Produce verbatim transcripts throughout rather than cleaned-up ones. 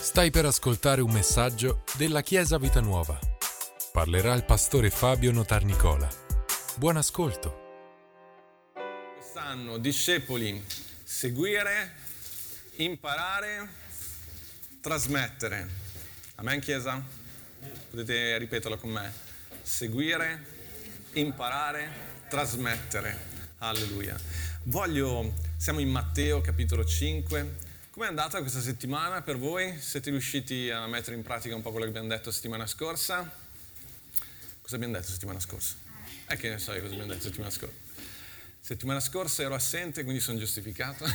Stai per ascoltare un messaggio della Chiesa Vita Nuova. Parlerà il pastore Fabio Notarnicola. Buon ascolto. Quest'anno, discepoli, seguire, imparare, trasmettere. Amen, Chiesa? Potete ripeterlo con me. Seguire, imparare, trasmettere. Alleluia. Voglio, siamo in Matteo capitolo cinque. Com'è andata questa settimana per voi? Siete riusciti a mettere in pratica un po' quello che abbiamo detto settimana scorsa? Cosa abbiamo detto settimana scorsa? Eh, che ne so io cosa abbiamo detto settimana scorsa. Settimana scorsa ero assente, quindi sono giustificato.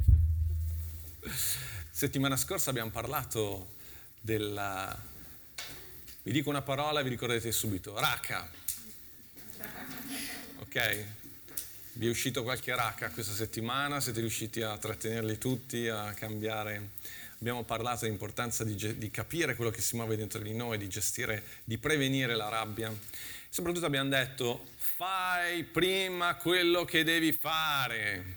Settimana scorsa abbiamo parlato della... Vi dico una parola e vi ricordate subito. Racca. Ok? Vi è uscito qualche racca questa settimana? Siete riusciti a trattenerli tutti, a cambiare? Abbiamo parlato dell'importanza di, di capire quello che si muove dentro di noi, di gestire, di prevenire la rabbia. Soprattutto abbiamo detto, fai prima quello che devi fare.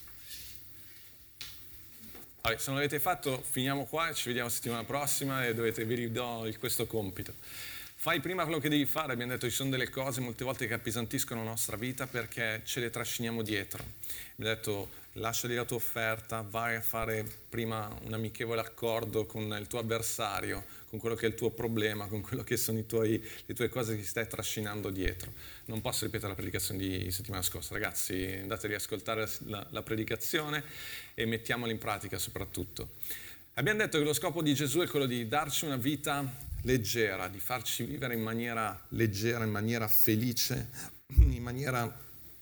Allora, se non l'avete fatto, finiamo qua, ci vediamo settimana prossima e dovete, vi ridò questo compito. Fai prima quello che devi fare. Abbiamo detto che ci sono delle cose molte volte che appesantiscono la nostra vita perché ce le trasciniamo dietro. Abbiamo detto lasciali la tua offerta, vai a fare prima un amichevole accordo con il tuo avversario, con quello che è il tuo problema, con quello che sono i tuoi, le tue cose che stai trascinando dietro. Non posso ripetere la predicazione di settimana scorsa, ragazzi, andate a riascoltare la, la predicazione e mettiamola in pratica soprattutto. Abbiamo detto che lo scopo di Gesù è quello di darci una vita leggera, di farci vivere in maniera leggera, in maniera felice, in maniera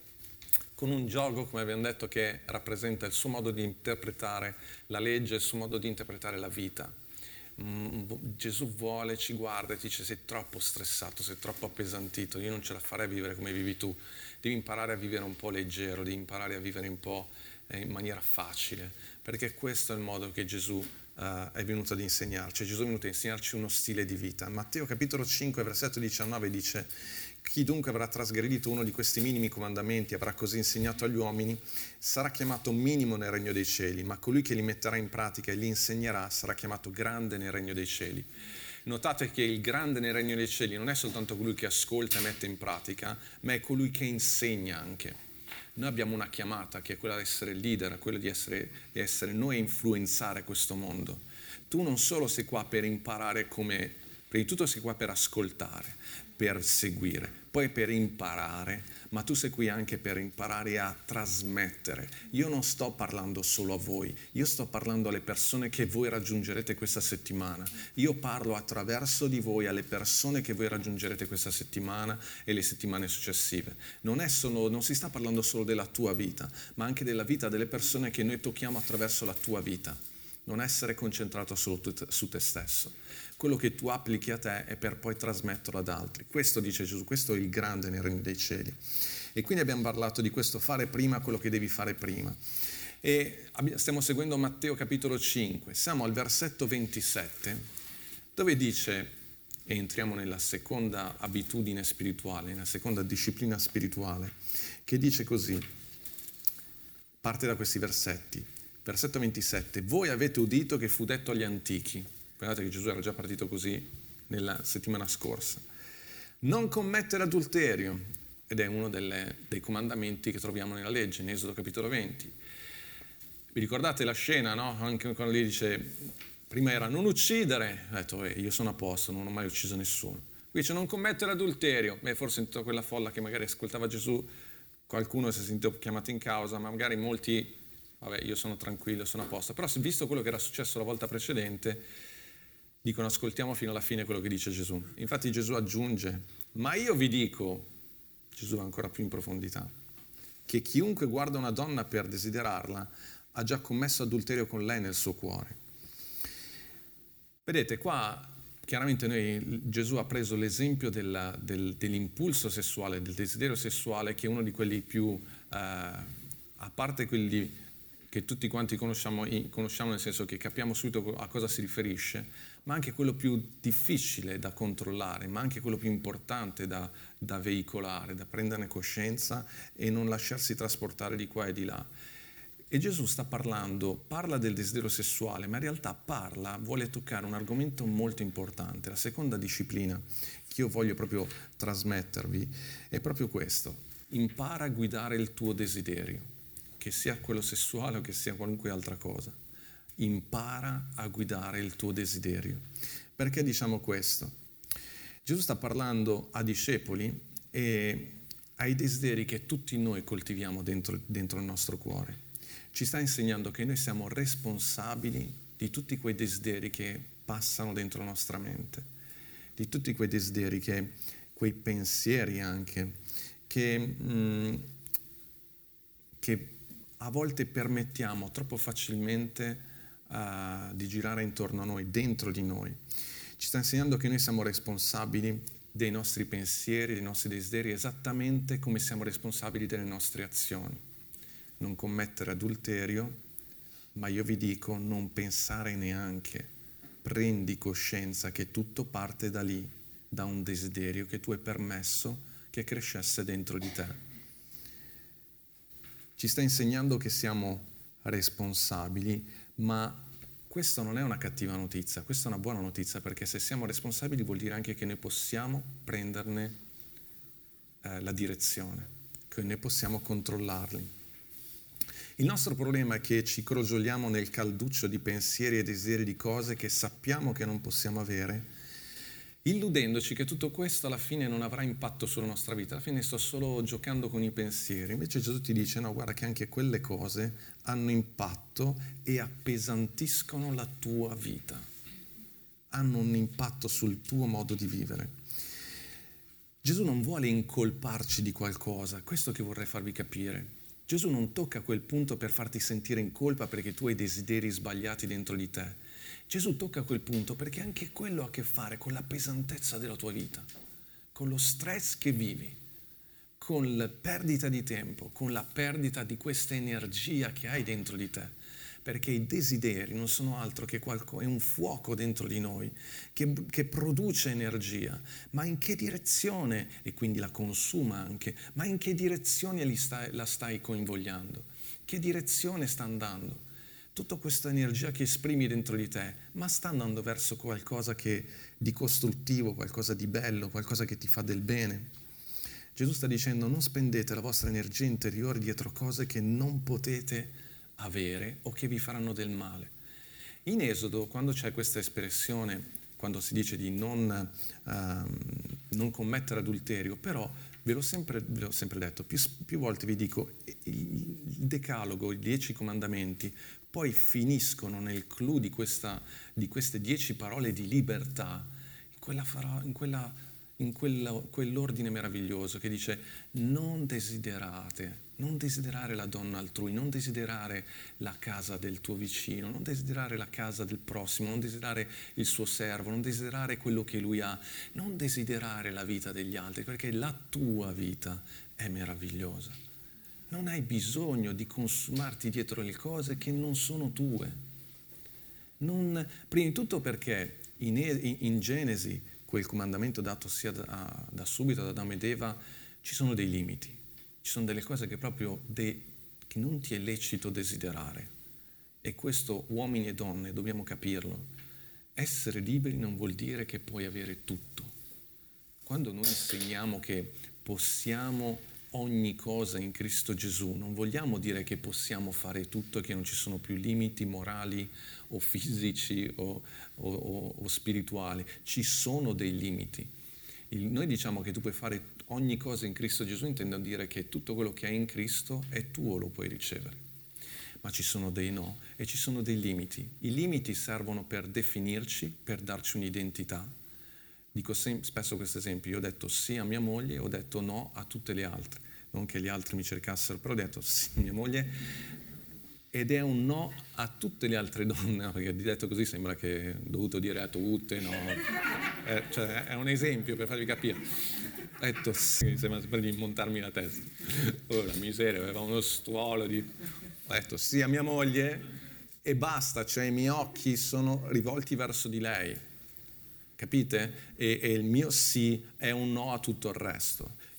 con un gioco, come abbiamo detto, che rappresenta il suo modo di interpretare la legge, il suo modo di interpretare la vita. Mm, Gesù vuole, ci guarda e ti dice: sei troppo stressato, sei troppo appesantito, io non ce la farei a vivere come vivi tu, devi imparare a vivere un po' leggero, devi imparare a vivere un po' in maniera facile, perché questo è il modo che Gesù Uh, è venuto ad insegnarci. Gesù è venuto a insegnarci uno stile di vita. Matteo capitolo cinque, versetto diciannove dice: chi dunque avrà trasgredito uno di questi minimi comandamenti, avrà così insegnato agli uomini, sarà chiamato minimo nel regno dei cieli, ma colui che li metterà in pratica e li insegnerà sarà chiamato grande nel regno dei cieli. Notate che il grande nel regno dei cieli non è soltanto colui che ascolta e mette in pratica, ma è colui che insegna anche. Noi abbiamo una chiamata che è quella di essere leader, quella di essere, di essere noi a influenzare questo mondo. Tu non solo sei qua per imparare come, prima di tutto sei qua per ascoltare, per seguire, poi per imparare, ma tu sei qui anche per imparare a trasmettere. Io non sto parlando solo a voi, io sto parlando alle persone che voi raggiungerete questa settimana. Io parlo attraverso di voi alle persone che voi raggiungerete questa settimana e le settimane successive. Non è solo, non si sta parlando solo della tua vita, ma anche della vita delle persone che noi tocchiamo attraverso la tua vita. Non essere concentrato solo su te stesso. Quello che tu applichi a te è per poi trasmetterlo ad altri. Questo dice Gesù, questo è il grande nel regno dei cieli. E quindi abbiamo parlato di questo, fare prima quello che devi fare prima. E stiamo seguendo Matteo capitolo cinque, siamo al versetto ventisette, dove dice, e entriamo nella seconda abitudine spirituale, nella seconda disciplina spirituale, che dice così, parte da questi versetti. Versetto ventisette, voi avete udito che fu detto agli antichi, guardate che Gesù era già partito così nella settimana scorsa, non commettere adulterio, ed è uno delle, dei comandamenti che troviamo nella legge, in Esodo capitolo venti. Vi ricordate la scena, no? Anche quando lui dice, prima era non uccidere, ha detto eh, io sono a posto, non ho mai ucciso nessuno. Qui dice non commettere adulterio, beh forse in tutta quella folla che magari ascoltava Gesù, qualcuno si è sentito chiamato in causa, ma magari molti... Vabbè, io sono tranquillo, sono a posto. Però visto quello che era successo la volta precedente, dicono ascoltiamo fino alla fine quello che dice Gesù. Infatti Gesù aggiunge, ma io vi dico, Gesù va ancora più in profondità, che chiunque guarda una donna per desiderarla ha già commesso adulterio con lei nel suo cuore. Vedete, qua chiaramente noi, Gesù ha preso l'esempio della, del, dell'impulso sessuale, del desiderio sessuale, che è uno di quelli più, eh, a parte quelli che tutti quanti conosciamo, conosciamo nel senso che capiamo subito a cosa si riferisce, ma anche quello più difficile da controllare, ma anche quello più importante da, da veicolare, da prenderne coscienza e non lasciarsi trasportare di qua e di là. E Gesù sta parlando, parla del desiderio sessuale, ma in realtà parla, vuole toccare un argomento molto importante. La seconda disciplina che io voglio proprio trasmettervi è proprio questo. Impara a guidare il tuo desiderio, che sia quello sessuale o che sia qualunque altra cosa. Impara a guidare il tuo desiderio. Perché diciamo questo? Gesù sta parlando a discepoli e ai desideri che tutti noi coltiviamo dentro, dentro il nostro cuore. Ci sta insegnando che noi siamo responsabili di tutti quei desideri che passano dentro la nostra mente, di tutti quei desideri, che, quei pensieri anche, che, mh, che a volte permettiamo troppo facilmente uh, di girare intorno a noi, dentro di noi. Ci sta insegnando che noi siamo responsabili dei nostri pensieri, dei nostri desideri, esattamente come siamo responsabili delle nostre azioni. Non commettere adulterio, ma io vi dico non pensare neanche. Prendi coscienza che tutto parte da lì, da un desiderio che tu hai permesso che crescesse dentro di te. Ci sta insegnando che siamo responsabili, ma questa non è una cattiva notizia, questa è una buona notizia, perché se siamo responsabili vuol dire anche che noi possiamo prenderne eh, la direzione, che noi possiamo controllarli. Il nostro problema è che ci crogioliamo nel calduccio di pensieri e desideri di cose che sappiamo che non possiamo avere, illudendoci che tutto questo alla fine non avrà impatto sulla nostra vita. Alla fine sto solo giocando con i pensieri. Invece Gesù ti dice, no, guarda che anche quelle cose hanno impatto e appesantiscono la tua vita. Hanno un impatto sul tuo modo di vivere. Gesù non vuole incolparci di qualcosa, questo che vorrei farvi capire. Gesù non tocca quel punto per farti sentire in colpa perché tu hai desideri sbagliati dentro di te. Gesù tocca quel punto perché anche quello ha a che fare con la pesantezza della tua vita, con lo stress che vivi, con la perdita di tempo, con la perdita di questa energia che hai dentro di te. Perché i desideri non sono altro che qualcosa, è un fuoco dentro di noi che, che produce energia, ma in che direzione, e quindi la consuma anche, ma in che direzione li stai, la stai coinvolgendo? Che direzione sta andando? Tutta questa energia che esprimi dentro di te, ma sta andando verso qualcosa che, di costruttivo, qualcosa di bello, qualcosa che ti fa del bene? Gesù sta dicendo, non spendete la vostra energia interiore dietro cose che non potete avere o che vi faranno del male. In Esodo, quando c'è questa espressione, quando si dice di non, uh, non commettere adulterio, però ve l'ho sempre, ve l'ho sempre detto, più, più volte vi dico, il decalogo, i dieci comandamenti, poi finiscono nel clou di, questa, di queste dieci parole di libertà, in quella, farò, in quella, in quella, quell'ordine meraviglioso che dice non desiderate, non desiderare la donna altrui, non desiderare la casa del tuo vicino, non desiderare la casa del prossimo, non desiderare il suo servo, non desiderare quello che lui ha, non desiderare la vita degli altri, perché la tua vita è meravigliosa. Non hai bisogno di consumarti dietro le cose che non sono tue. Non, prima di tutto perché in, in Genesi, quel comandamento dato sia da, da subito ad Adamo ed Eva, ci sono dei limiti. Ci sono delle cose che proprio de, che non ti è lecito desiderare. E questo uomini e donne dobbiamo capirlo. Essere liberi non vuol dire che puoi avere tutto. Quando noi insegniamo che possiamo ogni cosa in Cristo Gesù, non vogliamo dire che possiamo fare tutto e che non ci sono più limiti morali o fisici o, o, o, o spirituali. Ci sono dei limiti. Il, noi diciamo che tu puoi fare ogni cosa in Cristo Gesù, intendo dire che tutto quello che hai in Cristo è tuo, lo puoi ricevere. Ma ci sono dei no e ci sono dei limiti. I limiti servono per definirci, per darci un'identità. Dico sem- spesso questo esempio, io ho detto sì a mia moglie, ho detto no a tutte le altre. Non che gli altri mi cercassero, però ho detto sì a mia moglie ed è un no a tutte le altre donne, perché detto così sembra che ho dovuto dire a tutte, no. Eh, cioè, è un esempio per farvi capire. Ho detto sì, sembra sempre di montarmi la testa. Oh, la miseria, aveva uno stuolo di... Ho detto sì a mia moglie e basta, cioè i miei occhi sono rivolti verso di lei. Capite? E, e il mio sì è un no a tutto il resto.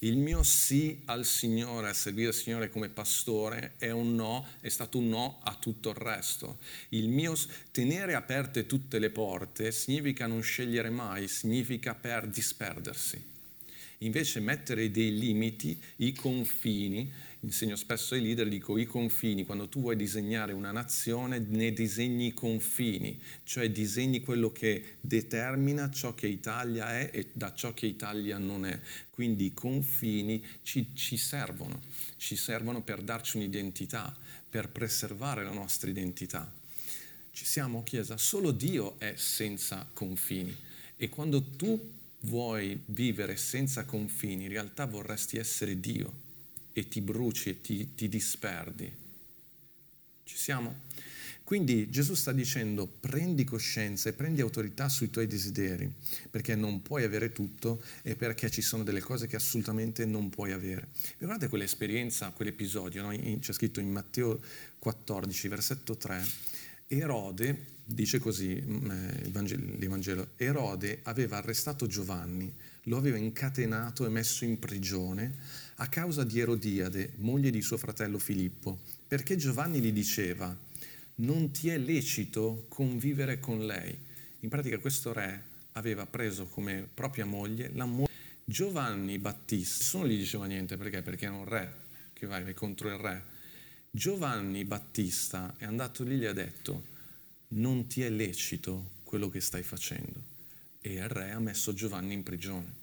Il mio sì al Signore, a servire il Signore come pastore, è un no, è stato un no a tutto il resto. Il mio tenere aperte tutte le porte significa non scegliere mai, significa per disperdersi. Invece mettere dei limiti, i confini, insegno spesso ai leader, dico i confini, quando tu vuoi disegnare una nazione ne disegni i confini, cioè disegni quello che determina ciò che Italia è e da ciò che Italia non è. Quindi i confini ci, ci servono, ci servono per darci un'identità, per preservare la nostra identità. Ci siamo, Chiesa? Solo Dio è senza confini e quando tu vuoi vivere senza confini, in realtà vorresti essere Dio e ti bruci e ti, ti disperdi. Ci siamo? Quindi Gesù sta dicendo prendi coscienza e prendi autorità sui tuoi desideri, perché non puoi avere tutto e perché ci sono delle cose che assolutamente non puoi avere. Ricordate quell'esperienza, quell'episodio, no? In, c'è scritto in Matteo quattordici, versetto tre, Erode, dice così il Vangelo, l'Evangelo, Erode aveva arrestato Giovanni, lo aveva incatenato e messo in prigione a causa di Erodiade, moglie di suo fratello Filippo, perché Giovanni gli diceva non ti è lecito convivere con lei. In pratica questo re aveva preso come propria moglie la moglie Giovanni Battista. Nessuno gli diceva niente, perché? Perché era un re, che vai, vai contro il re. Giovanni Battista è andato lì e gli ha detto non ti è lecito quello che stai facendo, e il re ha messo Giovanni in prigione.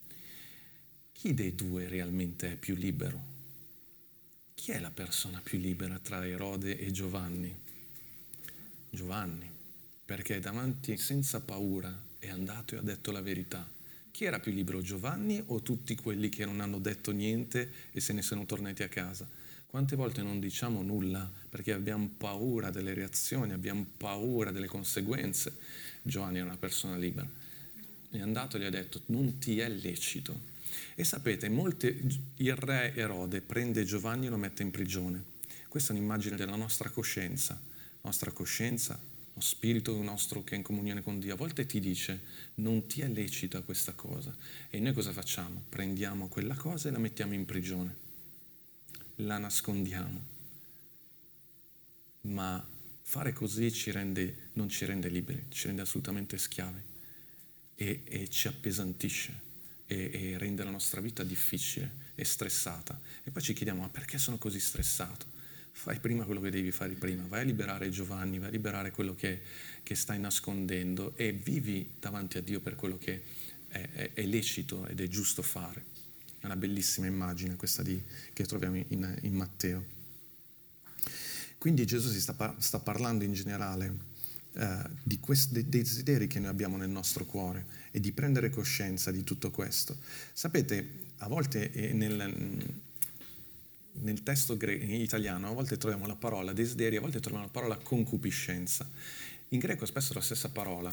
Chi dei due realmente è più libero? Chi è la persona più libera tra Erode e Giovanni? Giovanni, perché davanti senza paura è andato e ha detto la verità. Chi era più libero, Giovanni o tutti quelli che non hanno detto niente e se ne sono tornati a casa? Quante volte non diciamo nulla perché abbiamo paura delle reazioni, abbiamo paura delle conseguenze? Giovanni era una persona libera. È andato e gli ha detto non ti è lecito. E sapete, molte, il re Erode prende Giovanni e lo mette in prigione. Questa è un'immagine della nostra coscienza. La nostra coscienza, lo spirito nostro che è in comunione con Dio, a volte ti dice non ti è lecita questa cosa. E noi cosa facciamo? Prendiamo quella cosa e la mettiamo in prigione. La nascondiamo, ma fare così ci rende, non ci rende liberi, ci rende assolutamente schiavi e, e ci appesantisce e, e rende la nostra vita difficile e stressata. E poi ci chiediamo, ma perché sono così stressato? Fai prima quello che devi fare prima, vai a liberare Giovanni, vai a liberare quello che, che stai nascondendo e vivi davanti a Dio per quello che è, è, è lecito ed è giusto fare. È una bellissima immagine questa di, che troviamo in, in Matteo. Quindi Gesù si sta, par- sta parlando in generale eh, di questi dei desideri che noi abbiamo nel nostro cuore e di prendere coscienza di tutto questo. Sapete, a volte eh, nel, nel testo gre- in italiano a volte troviamo la parola desideri, a volte troviamo la parola concupiscenza. In greco è spesso la stessa parola,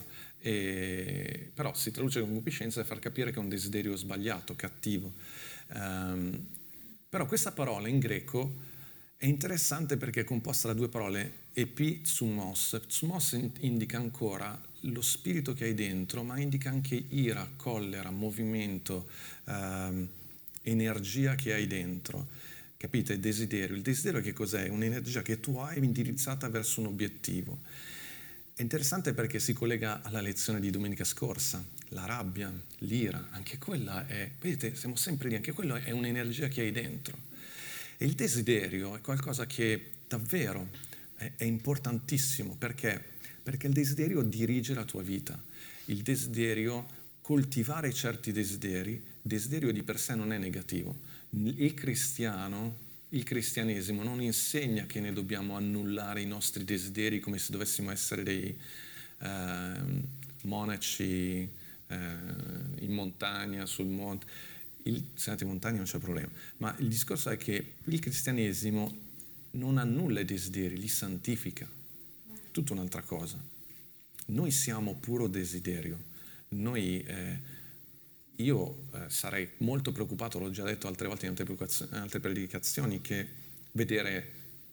e, però si traduce concupiscenza per far capire che è un desiderio sbagliato, cattivo. Um, però questa parola in greco è interessante perché è composta da due parole, epizumos. Epizumos indica ancora lo spirito che hai dentro, ma indica anche ira, collera, movimento, um, energia che hai dentro. Capite? Il desiderio. Il desiderio che cos'è? Un'energia che tu hai indirizzata verso un obiettivo. È interessante perché si collega alla lezione di domenica scorsa, la rabbia, l'ira, anche quella è, vedete, siamo sempre lì, anche quello è un'energia che hai dentro. E il desiderio è qualcosa che davvero è, è importantissimo, perché? Perché il desiderio dirige la tua vita, il desiderio, coltivare certi desideri, il desiderio di per sé non è negativo. Il cristiano... Il cristianesimo non insegna che ne dobbiamo annullare i nostri desideri come se dovessimo essere dei eh, monaci eh, in montagna, sul monte. Il, se andate in montagna non c'è problema, ma il discorso è che il cristianesimo non annulla i desideri, li santifica. È tutta un'altra cosa. Noi siamo puro desiderio. Noi... Eh, Io eh, sarei molto preoccupato, l'ho già detto altre volte in altre, in altre predicazioni, che vedere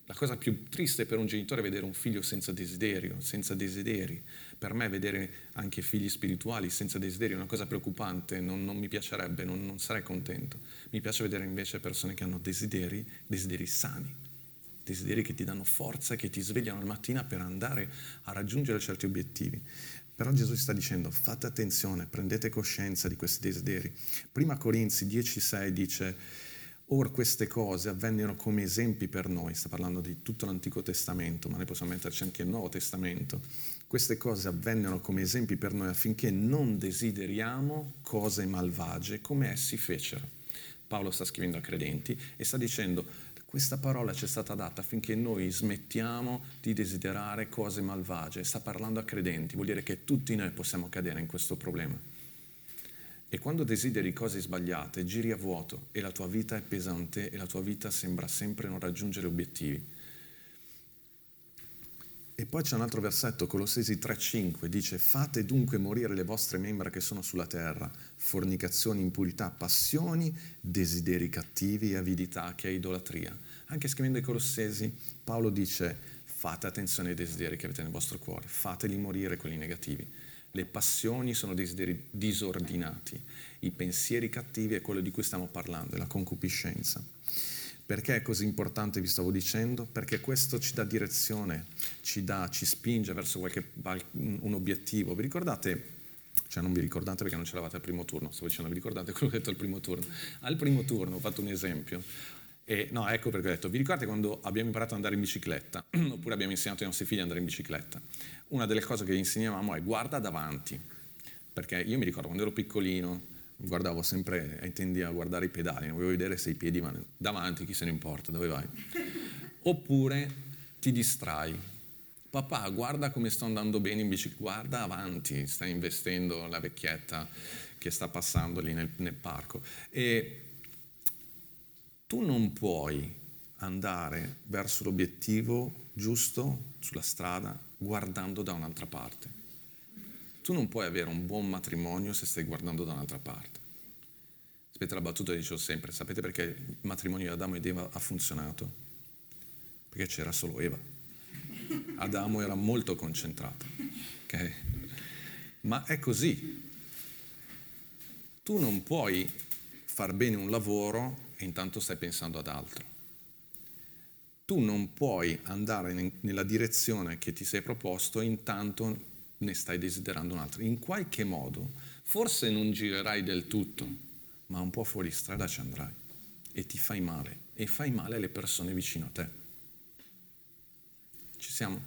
La cosa più triste per un genitore è vedere un figlio senza desiderio, senza desideri. Per me vedere anche figli spirituali senza desideri è una cosa preoccupante, non, non mi piacerebbe, non, non sarei contento. Mi piace vedere invece persone che hanno desideri, desideri sani, desideri che ti danno forza, che ti svegliano al mattina per andare a raggiungere certi obiettivi. Però Gesù sta dicendo, fate attenzione, prendete coscienza di questi desideri. Prima Corinzi dieci sei dice, or queste cose avvennero come esempi per noi, sta parlando di tutto l'Antico Testamento, ma ne possiamo metterci anche il Nuovo Testamento. Queste cose avvennero come esempi per noi affinché non desideriamo cose malvagie come essi fecero. Paolo sta scrivendo a credenti e sta dicendo, questa parola ci è stata data affinché noi smettiamo di desiderare cose malvagie. Sta parlando a credenti, vuol dire che tutti noi possiamo cadere in questo problema. E quando desideri cose sbagliate, giri a vuoto e la tua vita è pesante e la tua vita sembra sempre non raggiungere obiettivi. E poi c'è un altro versetto, Colossesi tre cinque, dice fate dunque morire le vostre membra che sono sulla terra, fornicazioni, impurità, passioni, desideri cattivi e avidità che è idolatria. Anche scrivendo ai Colossesi, Paolo dice fate attenzione ai desideri che avete nel vostro cuore, fateli morire quelli negativi. Le passioni sono desideri disordinati, i pensieri cattivi è quello di cui stiamo parlando, è la concupiscenza. Perché è così importante, vi stavo dicendo? Perché questo ci dà direzione, ci dà, ci spinge verso qualche, un obiettivo. Vi ricordate, cioè non vi ricordate perché non c'eravate al primo turno, stavo dicendo vi ricordate quello che ho detto al primo turno. Al primo turno ho fatto un esempio. E, no, ecco perché ho detto, vi ricordate quando abbiamo imparato ad andare in bicicletta? Oppure abbiamo insegnato ai nostri figli ad andare in bicicletta? Una delle cose che gli insegnavamo è guarda davanti, perché io mi ricordo quando ero piccolino, guardavo sempre, tendi a guardare i pedali, non volevo vedere se i piedi vanno davanti, chi se ne importa, dove vai? Oppure ti distrai. Papà, guarda come sto andando bene in bicicletta, guarda avanti, stai investendo la vecchietta che sta passando lì nel, nel parco. E tu non puoi andare verso l'obiettivo giusto sulla strada guardando da un'altra parte. Tu non puoi avere un buon matrimonio se stai guardando da un'altra parte. Sapete la battuta che dicevo sempre, sapete perché il matrimonio di Adamo ed Eva ha funzionato? Perché c'era solo Eva. Adamo era molto concentrato, ok? Ma è così. Tu non puoi far bene un lavoro e intanto stai pensando ad altro. Tu non puoi andare in, nella direzione che ti sei proposto e intanto ne stai desiderando un altro. In qualche modo, forse non girerai del tutto, ma un po' fuori strada ci andrai e ti fai male e fai male alle persone vicino a te. Ci siamo?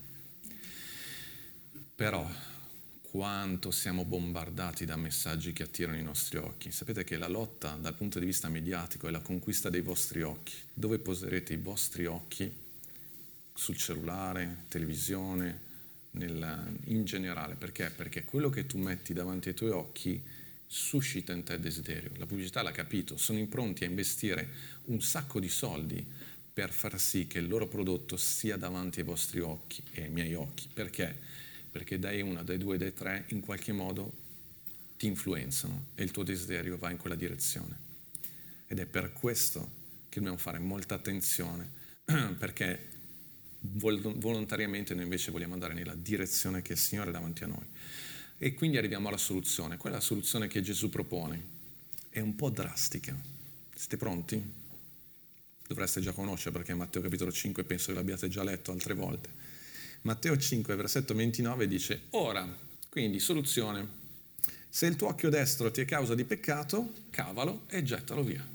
Però quanto siamo bombardati da messaggi che attirano i nostri occhi. Sapete che la lotta dal punto di vista mediatico è la conquista dei vostri occhi. Dove poserete i vostri occhi? Sul cellulare, televisione, nel, in generale. Perché? Perché quello che tu metti davanti ai tuoi occhi suscita in te desiderio. La pubblicità l'ha capito, sono pronti a investire un sacco di soldi per far sì che il loro prodotto sia davanti ai vostri occhi e ai miei occhi. Perché? Perché dai una, dai due, dai tre, in qualche modo ti influenzano e il tuo desiderio va in quella direzione. Ed è per questo che dobbiamo fare molta attenzione, perché volontariamente noi invece vogliamo andare nella direzione che il Signore ha davanti a noi. E quindi arriviamo alla soluzione. Quella soluzione che Gesù propone è un po' drastica. Siete pronti? Dovreste già conoscere perché Matteo capitolo cinque penso che l'abbiate già letto altre volte. Matteo cinque, versetto ventinove dice, ora, quindi soluzione, se il tuo occhio destro ti è causa di peccato, cavalo e gettalo via.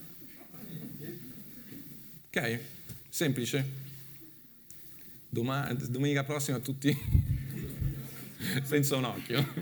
Ok? Semplice? Doma- domenica prossima tutti senza un occhio.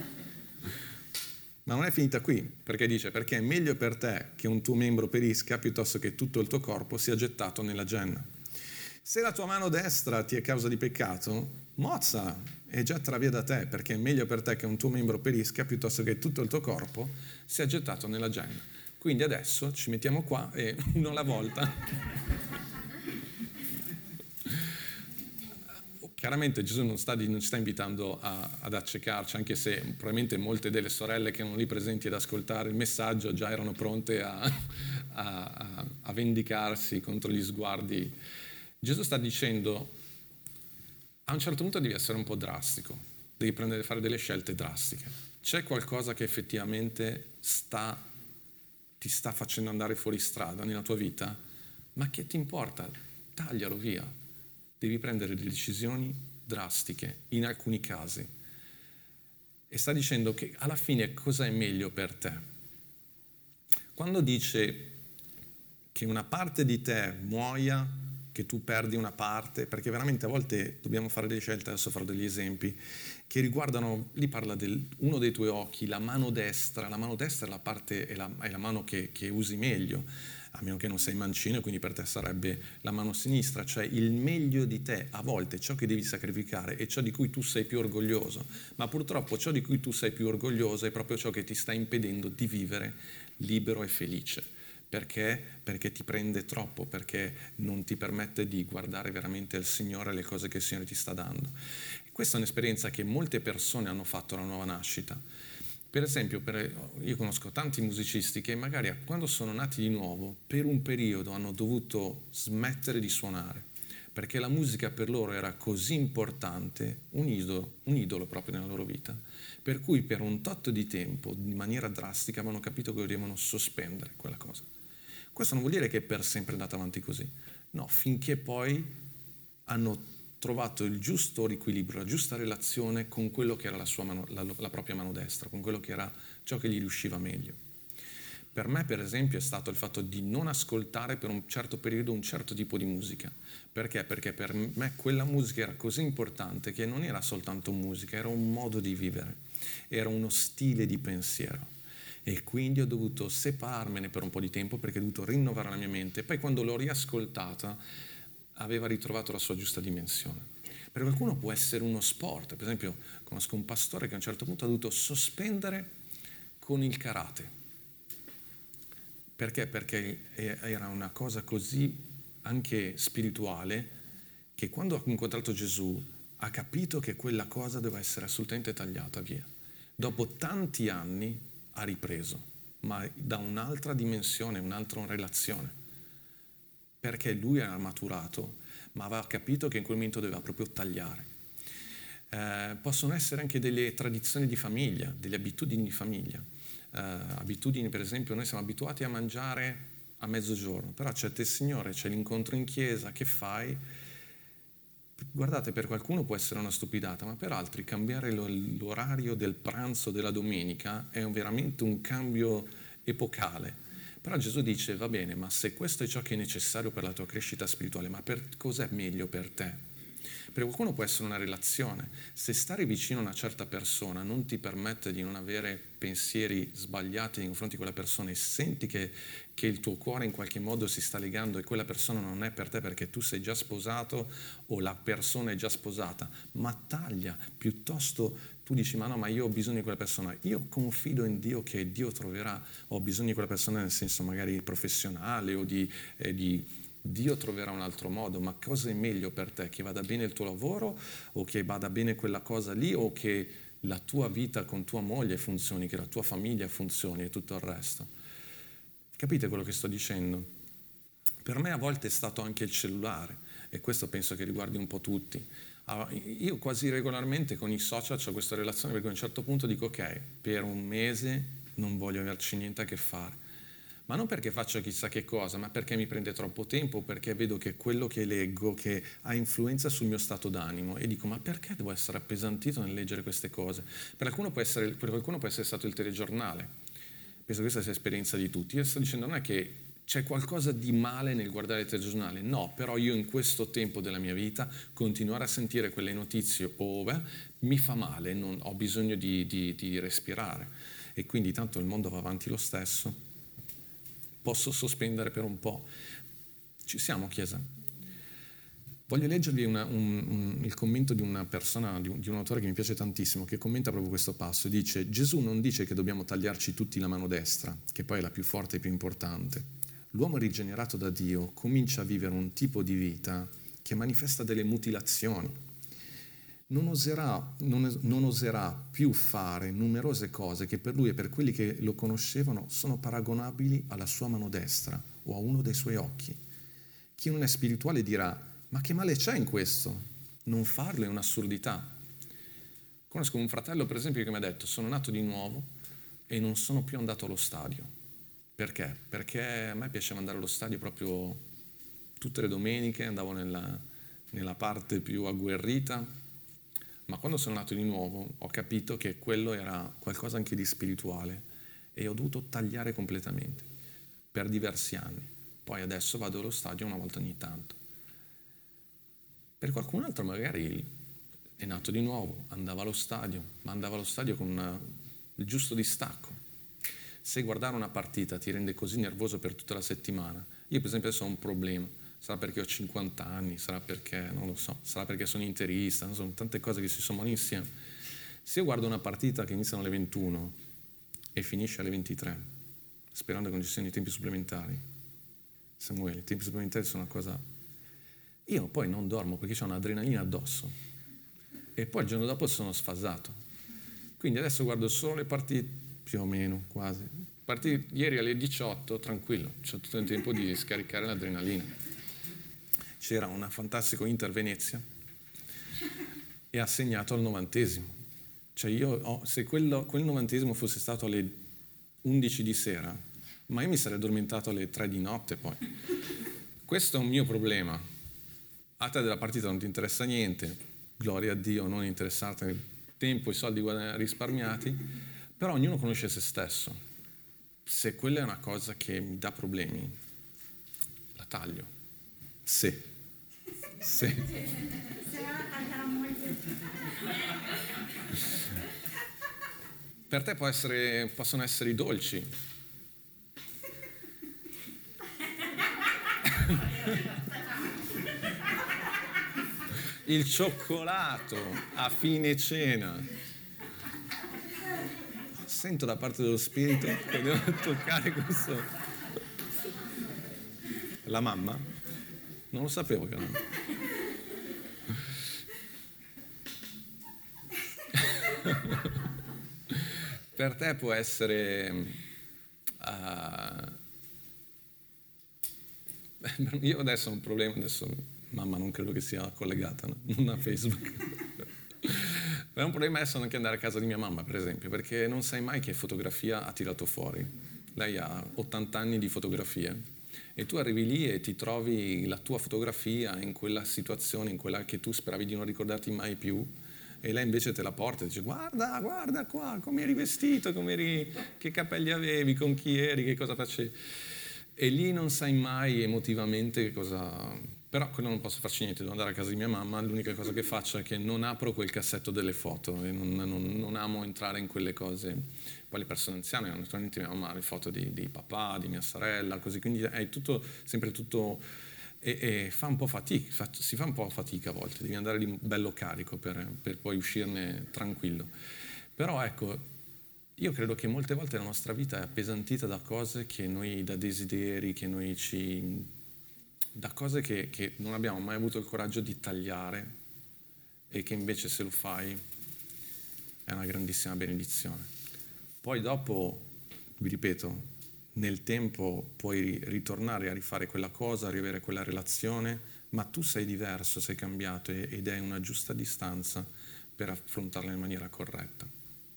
Ma non è finita qui, perché dice, perché è meglio per te che un tuo membro perisca piuttosto che tutto il tuo corpo sia gettato nella genna. Se la tua mano destra ti è causa di peccato, mozzala e gettala via da te, perché è meglio per te che un tuo membro perisca piuttosto che tutto il tuo corpo sia gettato nella genna. Quindi adesso ci mettiamo qua e uno alla volta. Chiaramente Gesù non, sta, non ci sta invitando a, ad accecarci, anche se probabilmente molte delle sorelle che erano lì presenti ad ascoltare il messaggio già erano pronte a, a, a vendicarsi contro gli sguardi Gesù sta dicendo, a un certo punto devi essere un po' drastico, devi prendere, fare delle scelte drastiche. C'è qualcosa che effettivamente sta, ti sta facendo andare fuori strada nella tua vita? Ma che ti importa? Taglialo via. Devi prendere delle decisioni drastiche, in alcuni casi. E sta dicendo che alla fine cosa è meglio per te? Quando dice che una parte di te muoia, che tu perdi una parte, perché veramente a volte dobbiamo fare delle scelte, adesso farò degli esempi, che riguardano, lì parla di uno dei tuoi occhi, la mano destra, la mano destra è la parte, è la, è la mano che, che usi meglio, a meno che non sei mancino, quindi per te sarebbe la mano sinistra, cioè il meglio di te, a volte ciò che devi sacrificare è ciò di cui tu sei più orgoglioso, ma purtroppo ciò di cui tu sei più orgoglioso è proprio ciò che ti sta impedendo di vivere libero e felice. Perché? Perché ti prende troppo, perché non ti permette di guardare veramente al Signore e le cose che il Signore ti sta dando. E questa è un'esperienza che molte persone hanno fatto alla nuova nascita. Per esempio, per, io conosco tanti musicisti che magari quando sono nati di nuovo, per un periodo hanno dovuto smettere di suonare, perché la musica per loro era così importante, un idolo, un idolo proprio nella loro vita, per cui per un tot di tempo, in maniera drastica, avevano capito che devono sospendere quella cosa. Questo non vuol dire che è per sempre andata avanti così, no, finché poi hanno trovato il giusto riequilibrio, la giusta relazione con quello che era la, sua mano, la, la propria mano destra, con quello che era ciò che gli riusciva meglio. Per me, per esempio, è stato il fatto di non ascoltare per un certo periodo un certo tipo di musica. Perché? Perché per me quella musica era così importante che non era soltanto musica, era un modo di vivere, era uno stile di pensiero. E quindi ho dovuto separarmene per un po' di tempo perché ho dovuto rinnovare la mia mente. Poi quando l'ho riascoltata aveva ritrovato la sua giusta dimensione. Per qualcuno può essere uno sport. Per esempio conosco un pastore che a un certo punto ha dovuto sospendere con il karate. Perché? Perché era una cosa così anche spirituale che quando ha incontrato Gesù ha capito che quella cosa doveva essere assolutamente tagliata via. Dopo tanti anni ha ripreso, ma da un'altra dimensione, un'altra relazione, perché lui era maturato, ma aveva capito che in quel momento doveva proprio tagliare. Eh, possono essere anche delle tradizioni di famiglia, delle abitudini di famiglia. Eh, abitudini, per esempio, noi siamo abituati a mangiare a mezzogiorno, però c'è il Signore, c'è l'incontro in chiesa, che fai? Guardate, per qualcuno può essere una stupidata, ma per altri cambiare l'orario del pranzo della domenica è veramente un cambio epocale. Però Gesù dice, va bene, ma se questo è ciò che è necessario per la tua crescita spirituale, ma per cos'è meglio per te? Per qualcuno può essere una relazione. Se stare vicino a una certa persona non ti permette di non avere pensieri sbagliati nei confronti di quella persona e senti che, che il tuo cuore in qualche modo si sta legando e quella persona non è per te perché tu sei già sposato o la persona è già sposata, ma taglia, piuttosto tu dici ma no, ma io ho bisogno di quella persona, io confido in Dio che Dio troverà, ho bisogno di quella persona nel senso magari professionale o di... Eh, di Dio troverà un altro modo, ma cosa è meglio per te? Che vada bene il tuo lavoro o che vada bene quella cosa lì o che la tua vita con tua moglie funzioni, che la tua famiglia funzioni e tutto il resto? Capite quello che sto dicendo? Per me a volte è stato anche il cellulare e questo penso che riguardi un po' tutti. Io quasi regolarmente con i social ho questa relazione perché a un certo punto dico ok, per un mese non voglio averci niente a che fare. Ma non perché faccio chissà che cosa, ma perché mi prende troppo tempo, perché vedo che quello che leggo che ha influenza sul mio stato d'animo e dico ma perché devo essere appesantito nel leggere queste cose? Per qualcuno può essere, per qualcuno può essere stato il telegiornale, penso che questa sia l'esperienza di tutti. Io sto dicendo non è che c'è qualcosa di male nel guardare il telegiornale, no, però io in questo tempo della mia vita continuare a sentire quelle notizie ove mi fa male, non, ho bisogno di, di, di respirare e quindi tanto il mondo va avanti lo stesso. Posso sospendere per un po'. Ci siamo, Chiesa? Voglio leggervi una, un, un, il commento di una persona, di un, di un autore che mi piace tantissimo, che commenta proprio questo passo. Dice, Gesù non dice che dobbiamo tagliarci tutti la mano destra, che poi è la più forte e più importante. L'uomo rigenerato da Dio comincia a vivere un tipo di vita che manifesta delle mutilazioni. Non oserà, non, non oserà più fare numerose cose che per lui e per quelli che lo conoscevano sono paragonabili alla sua mano destra o a uno dei suoi occhi. Chi non è spirituale dirà, Ma che male c'è in questo? Non farlo è un'assurdità. Conosco un fratello, per esempio, che mi ha detto: sono nato di nuovo e non sono più andato allo stadio. Perché? Perché a me piaceva andare allo stadio proprio tutte le domeniche, andavo nella, nella parte più agguerrita, ma quando sono nato di nuovo ho capito che quello era qualcosa anche di spirituale e ho dovuto tagliare completamente per diversi anni. Poi adesso vado allo stadio una volta ogni tanto. Per qualcun altro magari è nato di nuovo, andava allo stadio, ma andava allo stadio con una, il giusto distacco. Se guardare una partita ti rende così nervoso per tutta la settimana, io per esempio adesso ho un problema, sarà perché ho cinquanta anni, sarà perché, non lo so, sarà perché sono interista, non so, tante cose che si sommano insieme. Se io guardo una partita che inizia alle ventuno e finisce alle ventitré, sperando che non ci siano i tempi supplementari, Samuele, i tempi supplementari sono una cosa... Io poi non dormo perché ho un'adrenalina addosso e poi il giorno dopo sono sfasato. Quindi adesso guardo solo le partite, più o meno, quasi. Partite ieri alle diciotto, tranquillo, c'ho tutto il tempo di scaricare l'adrenalina. C'era un fantastico Inter Venezia e ha segnato al novantesimo. Cioè io, ho, se quello, quel novantesimo fosse stato alle undici di sera, ma io mi sarei addormentato alle tre di notte poi. Questo è un mio problema. A te della partita non ti interessa niente, gloria a Dio, non interessate il tempo, i soldi risparmiati, però ognuno conosce se stesso. Se quella è una cosa che mi dà problemi, la taglio. Se. Se. Per te può essere, possono essere i dolci. Il cioccolato a fine cena. Sento da parte dello spirito che devo toccare questo. La mamma? Non lo sapevo che era. Per te può essere uh... io adesso ho un problema, adesso mamma non credo che sia collegata, no? Non a Facebook. Ma è un problema adesso anche andare a casa di mia mamma, per esempio, perché non sai mai che fotografia ha tirato fuori. Lei ha ottanta anni di fotografie e tu arrivi lì e ti trovi la tua fotografia in quella situazione, in quella che tu speravi di non ricordarti mai più, e lei invece te la porta e dice: guarda, guarda qua, come eri vestito, come eri, che capelli avevi, con chi eri, che cosa facevi. E lì non sai mai emotivamente che cosa... Però quello non posso farci niente, devo andare a casa di mia mamma, l'unica cosa che faccio è che non apro quel cassetto delle foto e non, non, non amo entrare in quelle cose. Poi le persone anziane, naturalmente mia mamma ha le foto di, di papà, di mia sorella, così, quindi è tutto, sempre tutto... E, e fa un po' fatica, fa, si fa un po' fatica a volte, devi andare lì bello carico per, per poi uscirne tranquillo. Però ecco, io credo che molte volte la nostra vita è appesantita da cose che noi, da desideri, che noi ci... da cose che, che non abbiamo mai avuto il coraggio di tagliare e che invece se lo fai è una grandissima benedizione. Poi dopo, vi ripeto, nel tempo puoi ritornare a rifare quella cosa, a rivere quella relazione, ma tu sei diverso, sei cambiato ed è una giusta distanza per affrontarla in maniera corretta.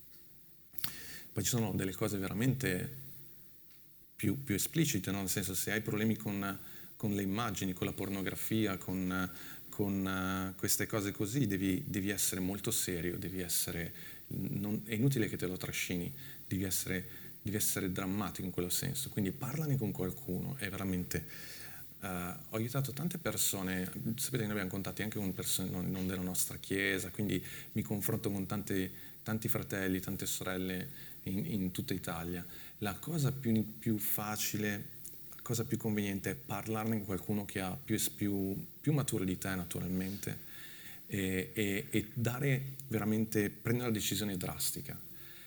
Poi ci sono delle cose veramente più, più esplicite, no? Nel senso, se hai problemi con, con le immagini, con la pornografia, con, con uh, queste cose così, devi, devi essere molto serio, devi essere, non, è inutile che te lo trascini, devi essere... devi essere drammatico in quello senso, quindi parlane con qualcuno. È veramente uh, ho aiutato tante persone, sapete che noi abbiamo contatti anche con persone non, non della nostra chiesa, quindi mi confronto con tante, tanti fratelli, tante sorelle in, in tutta Italia. La cosa più, più facile, la cosa più conveniente è parlarne con qualcuno che ha più, più, più maturo di te, naturalmente, e, e, e dare veramente, prendere la decisione drastica.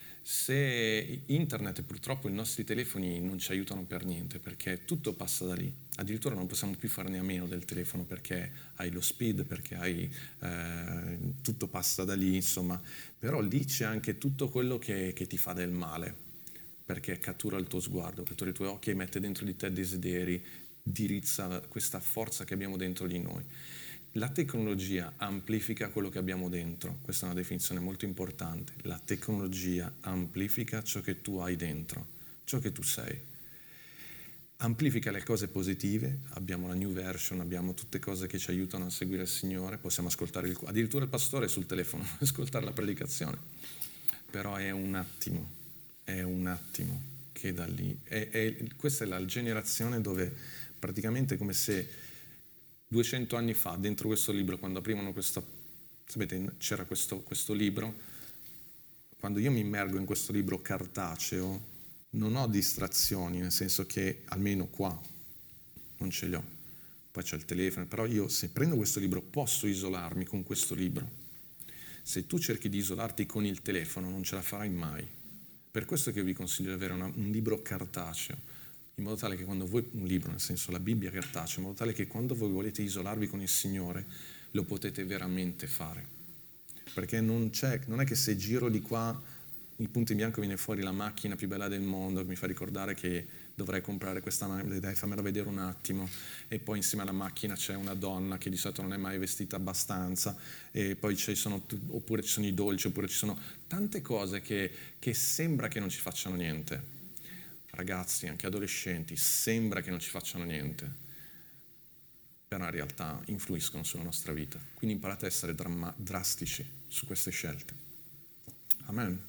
Se internet, purtroppo i nostri telefoni non ci aiutano per niente, perché tutto passa da lì, addirittura non possiamo più farne a meno del telefono perché hai lo speed, perché hai eh, tutto passa da lì, insomma, però lì c'è anche tutto quello che, che ti fa del male, perché cattura il tuo sguardo, cattura i tuoi occhi e mette dentro di te desideri, dirizza questa forza che abbiamo dentro di noi. la tecnologia amplifica quello che abbiamo dentro. Questa è una definizione molto importante. La tecnologia amplifica ciò che tu hai dentro, ciò che tu sei. Amplifica le cose positive, abbiamo la new version, abbiamo tutte cose che ci aiutano a seguire il Signore, possiamo ascoltare il, addirittura il pastore sul telefono, ascoltare la predicazione. Però è un attimo, è un attimo che da lì, è, è, questa è la generazione dove praticamente è come se duecento anni fa, dentro questo libro, quando aprivano questo, sapete, c'era questo, questo libro, quando io mi immergo in questo libro cartaceo, non ho distrazioni, nel senso che almeno qua non ce li ho. Poi c'è il telefono, però io se prendo questo libro posso isolarmi con questo libro. Se tu cerchi di isolarti con il telefono non ce la farai mai. Per questo che io vi consiglio di avere una, un libro cartaceo, in modo tale che quando voi, un libro nel senso la Bibbia cartacea, in modo tale che quando voi volete isolarvi con il Signore lo potete veramente fare. Perché non c'è, non è che se giro di qua il punto in bianco viene fuori la macchina più bella del mondo, che mi fa ricordare che dovrei comprare questa macchina, dai fammela vedere un attimo, e poi insieme alla macchina c'è una donna che di solito non è mai vestita abbastanza, e poi ci sono, oppure ci sono i dolci, oppure ci sono tante cose che, che sembra che non ci facciano niente. Ragazzi, anche adolescenti, sembra che non ci facciano niente, però in realtà influiscono sulla nostra vita. Quindi imparate a essere dramma- drastici su queste scelte. Amen.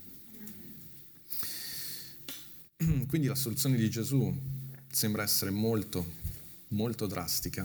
Quindi la soluzione di Gesù sembra essere molto, molto drastica.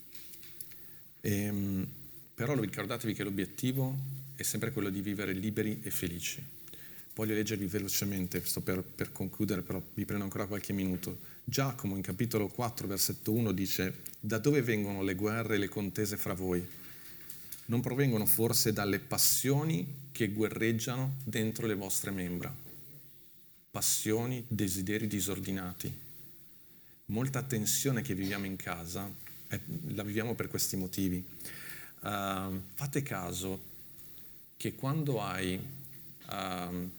E, però ricordatevi che l'obiettivo è sempre quello di vivere liberi e felici. Voglio leggervi velocemente, sto per, per concludere, però vi prendo ancora qualche minuto. Giacomo in capitolo quattro, versetto uno dice: da dove vengono le guerre e le contese fra voi? Non provengono forse dalle passioni che guerreggiano dentro le vostre membra? Passioni, desideri disordinati. Molta tensione che viviamo in casa, eh, la viviamo per questi motivi. Uh, fate caso che quando hai, uh,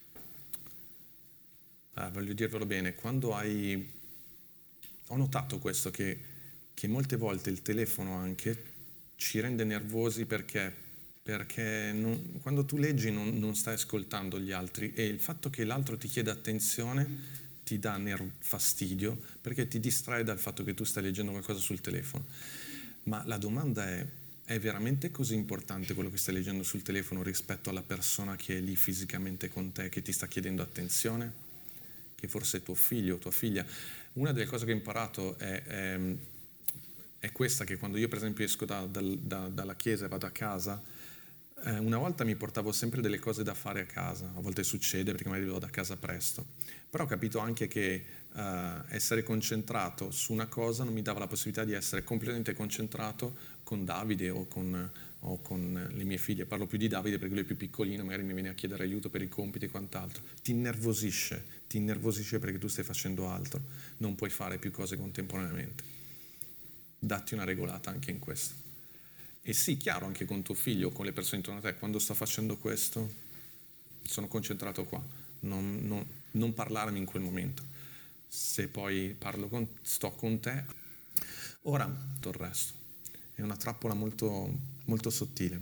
uh, voglio dirvelo bene, quando hai, ho notato questo, che, che molte volte il telefono anche ci rende nervosi perché perché non, quando tu leggi non, non stai ascoltando gli altri, e il fatto che l'altro ti chieda attenzione ti dà nerv- fastidio, perché ti distrae dal fatto che tu stai leggendo qualcosa sul telefono. Ma la domanda è: è veramente così importante quello che stai leggendo sul telefono rispetto alla persona che è lì fisicamente con te, che ti sta chiedendo attenzione? Che forse è tuo figlio o tua figlia. Una delle cose che ho imparato è, è, è questa, che quando io per esempio esco da, da, da, dalla chiesa e vado a casa, Eh, una volta mi portavo sempre delle cose da fare a casa, a volte succede perché magari vado da casa presto, però ho capito anche che uh, essere concentrato su una cosa non mi dava la possibilità di essere completamente concentrato con Davide o con, o con le mie figlie. Parlo più di Davide perché lui è più piccolino, magari mi viene a chiedere aiuto per i compiti e quant'altro. Ti innervosisce, ti innervosisce perché tu stai facendo altro, non puoi fare più cose contemporaneamente. Datti una regolata anche in questo. E sì, chiaro, anche con tuo figlio o con le persone intorno a te, quando sto facendo questo sono concentrato qua, non, non, non parlarmi in quel momento. Se poi parlo con, sto con te, ora tutto il resto. È una trappola molto, molto sottile.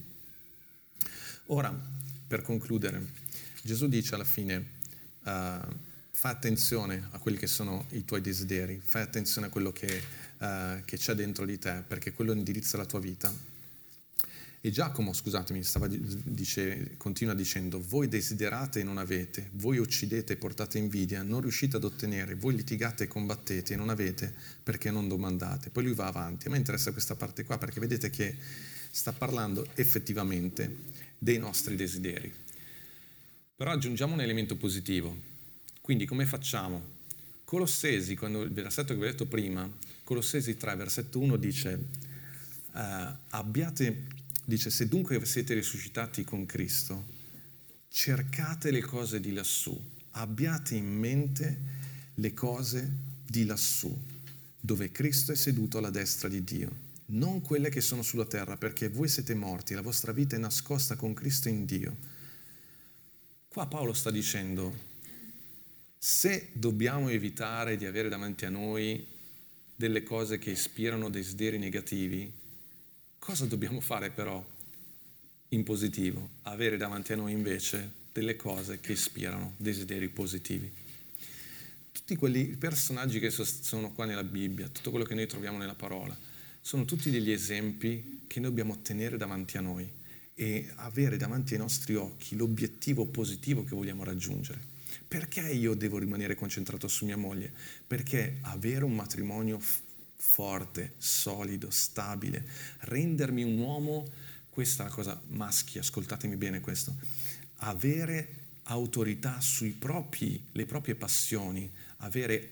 Ora, per concludere, Gesù dice alla fine: uh, fai attenzione a quelli che sono i tuoi desideri, fai attenzione a quello che, uh, che c'è dentro di te, perché quello indirizza la tua vita. E Giacomo, scusatemi, stava, dice, continua dicendo: voi desiderate e non avete, voi uccidete e portate invidia, non riuscite ad ottenere, voi litigate e combattete e non avete perché non domandate. Poi lui va avanti. A me interessa questa parte qua perché vedete che sta parlando effettivamente dei nostri desideri. Però aggiungiamo un elemento positivo. Quindi come facciamo? Colossesi, quando il versetto che vi ho detto prima, Colossesi tre, versetto uno dice: uh, abbiate... Dice: se dunque siete risuscitati con Cristo, cercate le cose di lassù, abbiate in mente le cose di lassù, dove Cristo è seduto alla destra di Dio, non quelle che sono sulla terra, perché voi siete morti, la vostra vita è nascosta con Cristo in Dio. Qua Paolo sta dicendo: se dobbiamo evitare di avere davanti a noi delle cose che ispirano desideri negativi, Cosa dobbiamo fare però in positivo? Avere davanti a noi invece delle cose che ispirano desideri positivi. Tutti quei personaggi che sono qua nella Bibbia, tutto quello che noi troviamo nella parola, sono tutti degli esempi che noi dobbiamo tenere davanti a noi e avere davanti ai nostri occhi l'obiettivo positivo che vogliamo raggiungere. Perché io devo rimanere concentrato su mia moglie? Perché avere un matrimonio f- forte, solido, stabile, rendermi un uomo, questa è la cosa maschi, ascoltatemi bene questo, avere autorità sui propri, le proprie passioni, avere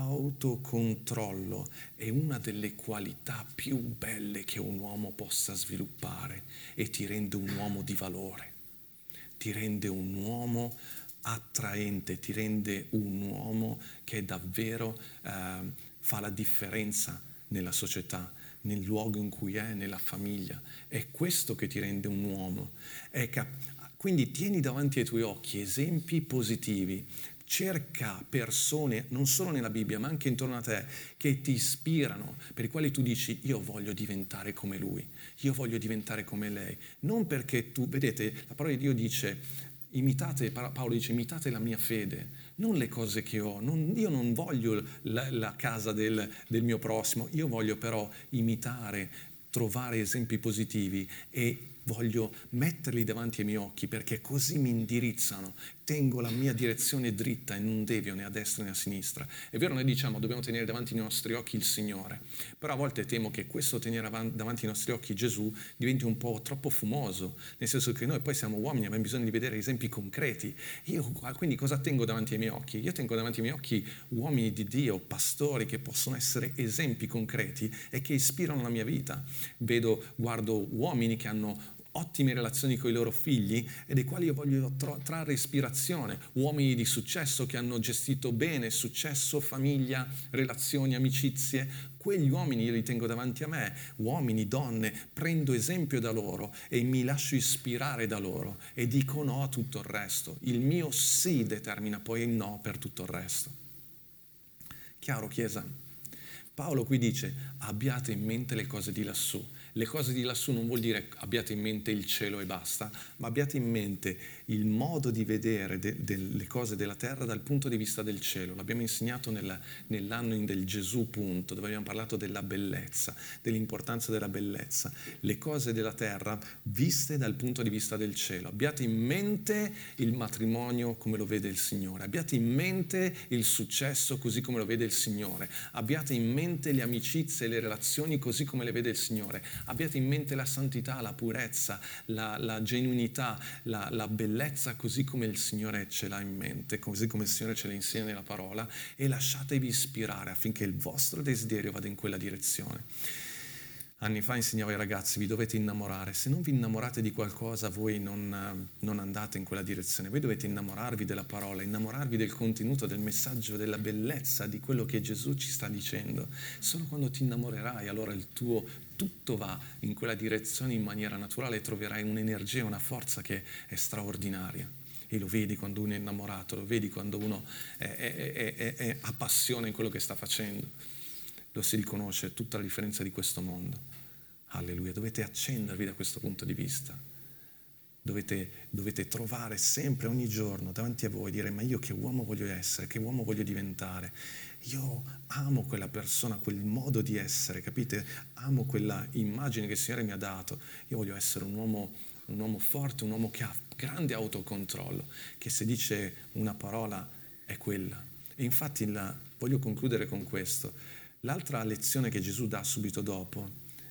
autocontrollo è una delle qualità più belle che un uomo possa sviluppare e ti rende un uomo di valore, ti rende un uomo attraente, ti rende un uomo che davvero eh, fa la differenza nella società, nel luogo in cui è, nella famiglia. È questo che ti rende un uomo. È cap- Quindi tieni davanti ai tuoi occhi esempi positivi, cerca persone, non solo nella Bibbia, ma anche intorno a te, che ti ispirano, per i quali tu dici io voglio diventare come lui, io voglio diventare come lei. Non perché tu, vedete, la parola di Dio dice, imitate, Paolo dice, imitate la mia fede, non le cose che ho, non, io non voglio la, la casa del, del mio prossimo, io voglio però imitare, trovare esempi positivi e voglio metterli davanti ai miei occhi perché così mi indirizzano, tengo la mia direzione dritta e non devio né a destra né a sinistra. È vero, noi diciamo dobbiamo tenere davanti ai nostri occhi il Signore, però a volte temo che questo tenere davanti ai nostri occhi Gesù diventi un po' troppo fumoso, nel senso che noi poi siamo uomini, abbiamo bisogno di vedere esempi concreti. Io quindi cosa tengo davanti ai miei occhi? Io tengo davanti ai miei occhi uomini di Dio, pastori che possono essere esempi concreti e che ispirano la mia vita. Vedo, guardo uomini che hanno ottime relazioni con i loro figli e dei quali io voglio tro- trarre ispirazione, uomini di successo che hanno gestito bene successo, famiglia, relazioni, amicizie. Quegli uomini io li tengo davanti a me, uomini, donne, prendo esempio da loro e mi lascio ispirare da loro e dico no a tutto il resto. Il mio sì determina poi il no per tutto il resto. Chiaro, Chiesa? Paolo qui dice abbiate in mente le cose di lassù. Le cose di lassù non vuol dire abbiate in mente il cielo e basta, ma abbiate in mente il modo di vedere de- delle cose della terra dal punto di vista del cielo. L'abbiamo insegnato nella, nell'anno del Gesù punto, dove abbiamo parlato della bellezza, dell'importanza della bellezza. Le cose della terra viste dal punto di vista del cielo. Abbiate in mente il matrimonio come lo vede il Signore. Abbiate in mente il successo così come lo vede il Signore. Abbiate in mente le amicizie e le relazioni così come le vede il Signore. Abbiate in mente la santità, la purezza, la, la genuinità, la, la bellezza così come il Signore ce l'ha in mente, così come il Signore ce la insegna nella parola, e lasciatevi ispirare affinché il vostro desiderio vada in quella direzione. Anni fa insegnavo ai ragazzi, vi dovete innamorare. Se non vi innamorate di qualcosa, voi non, non andate in quella direzione. Voi dovete innamorarvi della parola, innamorarvi del contenuto, del messaggio, della bellezza, di quello che Gesù ci sta dicendo. Solo quando ti innamorerai, allora il tuo tutto va in quella direzione in maniera naturale e troverai un'energia, una forza che è straordinaria. E lo vedi quando uno è innamorato, lo vedi quando uno è, è, è, è, è, ha passione in quello che sta facendo. Lo si riconosce, tutta la differenza di questo mondo. Alleluia, dovete accendervi da questo punto di vista. Dovete, dovete trovare sempre, ogni giorno, davanti a voi, dire ma io che uomo voglio essere, che uomo voglio diventare. Io amo quella persona, quel modo di essere, capite? Amo quella immagine che il Signore mi ha dato. Io voglio essere un uomo, un uomo forte, un uomo che ha grande autocontrollo, che se dice una parola è quella. E infatti la, voglio concludere con questo. L'altra lezione che Gesù dà subito dopo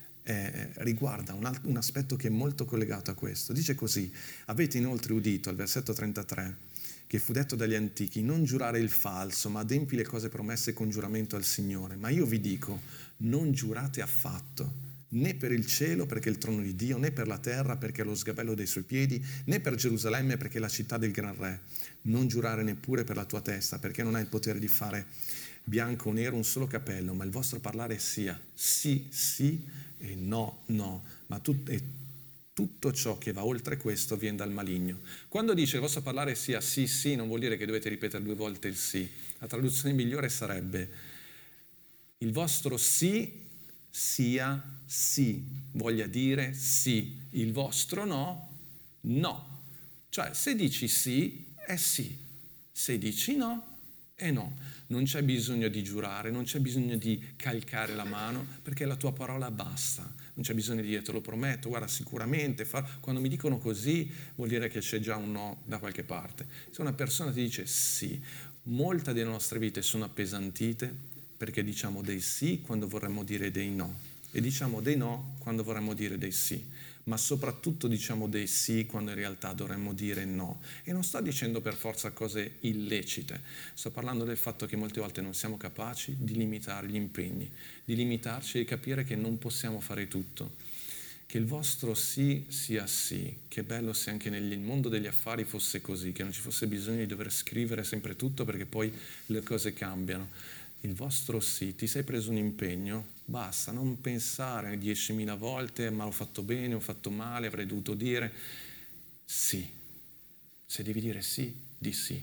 eh, riguarda un, alt- un aspetto che è molto collegato a questo. Dice così: avete inoltre udito, al versetto trentatré, che fu detto dagli antichi, non giurare il falso, ma adempi le cose promesse con giuramento al Signore. Ma io vi dico, non giurate affatto, né per il cielo perché è il trono di Dio, né per la terra perché è lo sgabello dei suoi piedi, né per Gerusalemme perché è la città del gran re. Non giurare neppure per la tua testa, perché non hai il potere di fare bianco o nero un solo capello, ma il vostro parlare sia sì, sì e no, no, ma tut- e tutto ciò che va oltre questo viene dal maligno. Quando dice il vostro parlare sia sì, sì, non vuol dire che dovete ripetere due volte il sì. La traduzione migliore sarebbe il vostro sì sia sì, voglia dire sì, il vostro no, no. Cioè, se dici sì, è sì, se dici no, è no. Non c'è bisogno di giurare, non c'è bisogno di calcare la mano, perché la tua parola basta. Non c'è bisogno di dire, te lo prometto, guarda, sicuramente, fa... quando mi dicono così vuol dire che c'è già un no da qualche parte. Se una persona ti dice sì, molte delle nostre vite sono appesantite perché diciamo dei sì quando vorremmo dire dei no e diciamo dei no quando vorremmo dire dei sì, ma soprattutto diciamo dei sì quando in realtà dovremmo dire no. E non sto dicendo per forza cose illecite, sto parlando del fatto che molte volte non siamo capaci di limitare gli impegni, di limitarci e capire che non possiamo fare tutto, che il vostro sì sia sì, che bello se anche nel mondo degli affari fosse così, che non ci fosse bisogno di dover scrivere sempre tutto perché poi le cose cambiano. Il vostro sì, ti sei preso un impegno, basta, non pensare diecimila volte ma ho fatto bene, ho fatto male, avrei dovuto dire sì. Se devi dire sì, di sì.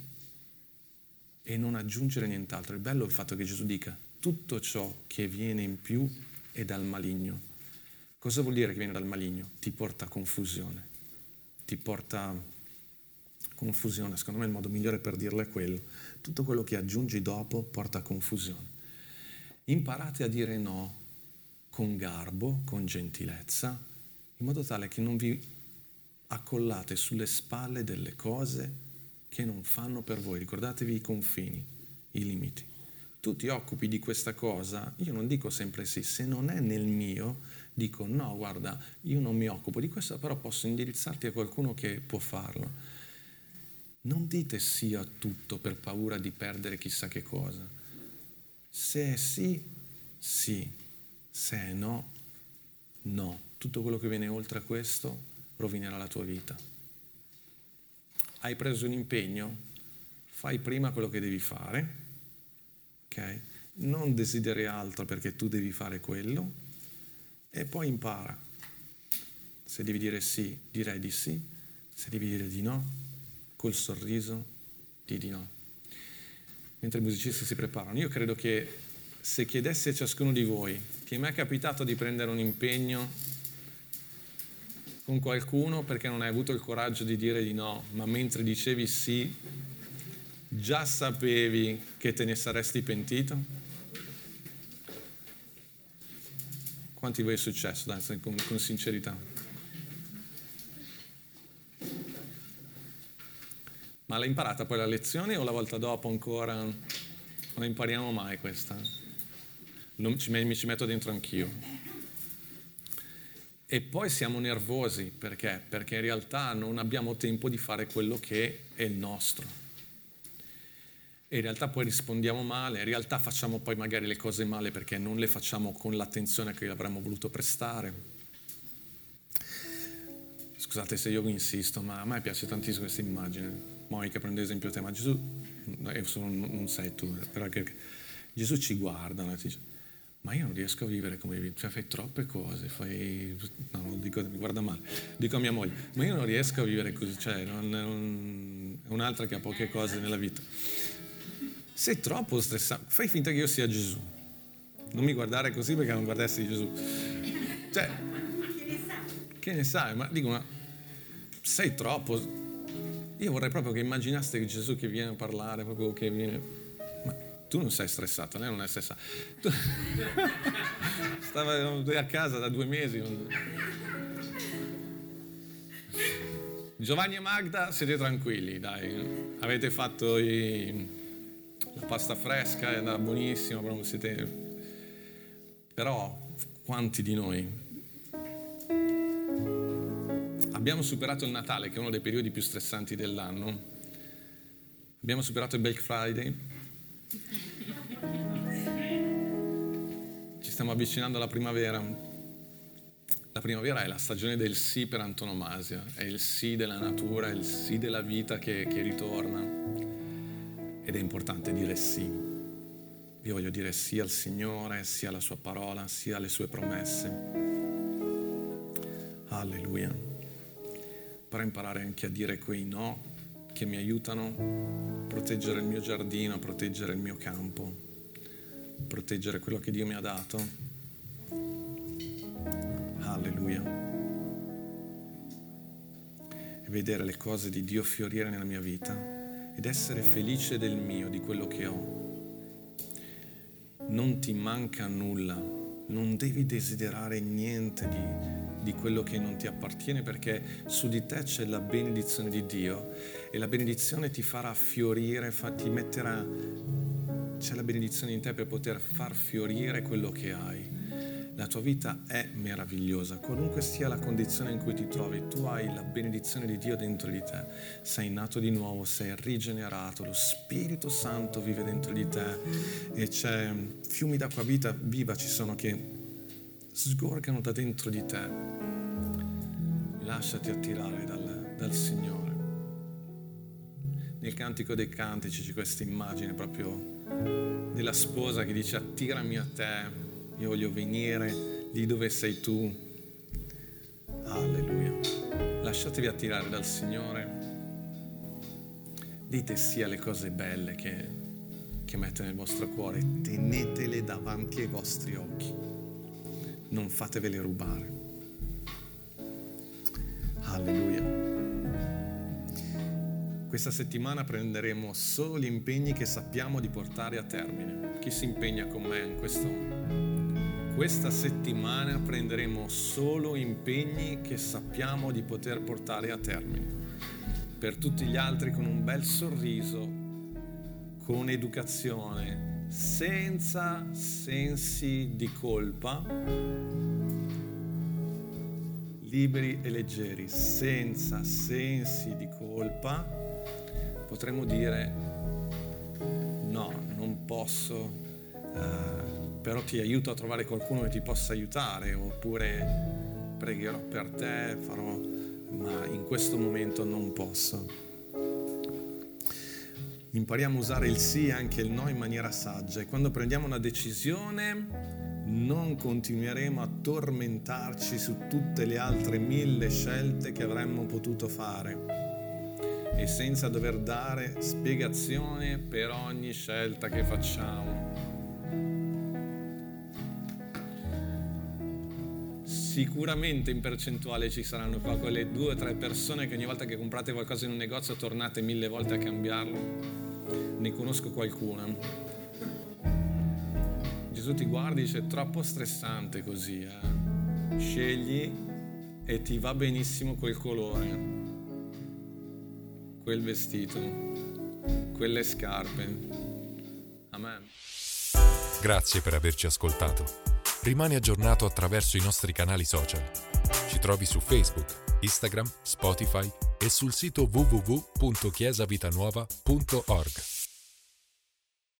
E non aggiungere nient'altro. Il bello è il fatto che Gesù dica tutto ciò che viene in più è dal maligno. Cosa vuol dire che viene dal maligno? Ti porta a confusione, ti porta confusione, secondo me il modo migliore per dirlo è quello. Tutto quello che aggiungi dopo porta a confusione. Imparate a dire no con garbo, con gentilezza, in modo tale che non vi accollate sulle spalle delle cose che non fanno per voi. Ricordatevi i confini, i limiti. Tu ti occupi di questa cosa, io non dico sempre sì, se non è nel mio, dico no, guarda, io non mi occupo di questo, però posso indirizzarti a qualcuno che può farlo. Non dite sì a tutto per paura di perdere chissà che cosa. Se è sì, sì. Se è no, no. Tutto quello che viene oltre a questo rovinerà la tua vita. Hai preso un impegno? Fai prima quello che devi fare, ok? Non desideri altro perché tu devi fare quello e poi impara. Se devi dire sì, direi di sì. Se devi dire di no, col sorriso, di di no. Mentre i musicisti si preparano, io credo che se chiedessi a ciascuno di voi, ti è mai capitato di prendere un impegno con qualcuno perché non hai avuto il coraggio di dire di no, ma mentre dicevi sì, già sapevi che te ne saresti pentito? Quanti di voi è successo? Dai, con, con sincerità. Ma l'hai imparata poi la lezione o la volta dopo ancora? Non la impariamo mai questa. Non ci, mi ci metto dentro anch'io. E poi siamo nervosi, perché? Perché in realtà non abbiamo tempo di fare quello che è il nostro. E in realtà poi rispondiamo male, in realtà facciamo poi magari le cose male perché non le facciamo con l'attenzione che avremmo voluto prestare. Scusate se io insisto, ma a me piace tantissimo questa immagine. Monica, prendo esempio te, ma Gesù, non sei tu, però che Gesù ci guarda, no? Ti dice, ma io non riesco a vivere come vivi, cioè fai troppe cose, fai, no, non dico, mi guarda male, dico a mia moglie, ma io non riesco a vivere così, cioè non, non, è un'altra che ha poche cose nella vita. Sei troppo stressato, fai finta che io sia Gesù, non mi guardare così perché non guardassi Gesù, cioè, che ne sai, che ne sai, ma dico, ma sei troppo. Io vorrei proprio che immaginaste che Gesù che viene a parlare, proprio che viene... Ma tu non sei stressato, lei non è stressata. Tu... Stava a casa da due mesi. Non... Giovanni e Magda, siete tranquilli, dai. Avete fatto i... la pasta fresca, è andata buonissima, però siete... Però quanti di noi... Abbiamo superato il Natale, che è uno dei periodi più stressanti dell'anno. Abbiamo superato il Black Friday. Ci stiamo avvicinando alla primavera. La primavera è la stagione del sì per antonomasia. È il sì della natura, è il sì della vita che, che ritorna. Ed è importante dire sì. Io voglio dire sì al Signore, sì alla sua parola, sì alle sue promesse. Alleluia. Per imparare anche a dire quei no che mi aiutano a proteggere il mio giardino, a proteggere il mio campo, a proteggere quello che Dio mi ha dato, Alleluia. E vedere le cose di Dio fiorire nella mia vita ed essere felice del mio, di quello che ho. Non ti manca nulla, non devi desiderare niente di di quello che non ti appartiene, perché su di te c'è la benedizione di Dio e la benedizione ti farà fiorire, fa, ti metterà, c'è la benedizione in te per poter far fiorire quello che hai. La tua vita è meravigliosa, qualunque sia la condizione in cui ti trovi, tu hai la benedizione di Dio dentro di te, sei nato di nuovo, sei rigenerato, lo Spirito Santo vive dentro di te e c'è fiumi d'acqua vita viva ci sono che sgorgano da dentro di te. Lasciati attirare dal, dal Signore. Nel Cantico dei Cantici c'è questa immagine proprio della sposa che dice: attirami a te, io voglio venire lì dove sei tu. Alleluia. Lasciatevi attirare dal Signore. Dite sì alle cose belle che, che mette nel vostro cuore, tenetele davanti ai vostri occhi. Non fatevele rubare. Alleluia. Questa settimana prenderemo solo gli impegni che sappiamo di portare a termine. Chi si impegna con me in questo? Questa settimana prenderemo solo impegni che sappiamo di poter portare a termine. Per tutti gli altri con un bel sorriso, con educazione, senza sensi di colpa, liberi e leggeri, senza sensi di colpa, potremmo dire no, non posso, eh, però ti aiuto a trovare qualcuno che ti possa aiutare, oppure pregherò per te, farò, ma in questo momento non posso. Impariamo a usare il sì, anche il no, in maniera saggia, e quando prendiamo una decisione non continueremo a tormentarci su tutte le altre mille scelte che avremmo potuto fare e senza dover dare spiegazione per ogni scelta che facciamo. Sicuramente in percentuale ci saranno qua quelle due o tre persone che ogni volta che comprate qualcosa in un negozio tornate mille volte a cambiarlo. Ne conosco qualcuna. Gesù ti guarda e dice: è troppo stressante così, eh? Scegli e ti va benissimo quel colore, quel vestito, quelle scarpe. Amen. Grazie per averci ascoltato. Rimani aggiornato attraverso i nostri canali social. Ci trovi su Facebook, Instagram, Spotify e sul sito w w w punto chiesa vita nuova punto org.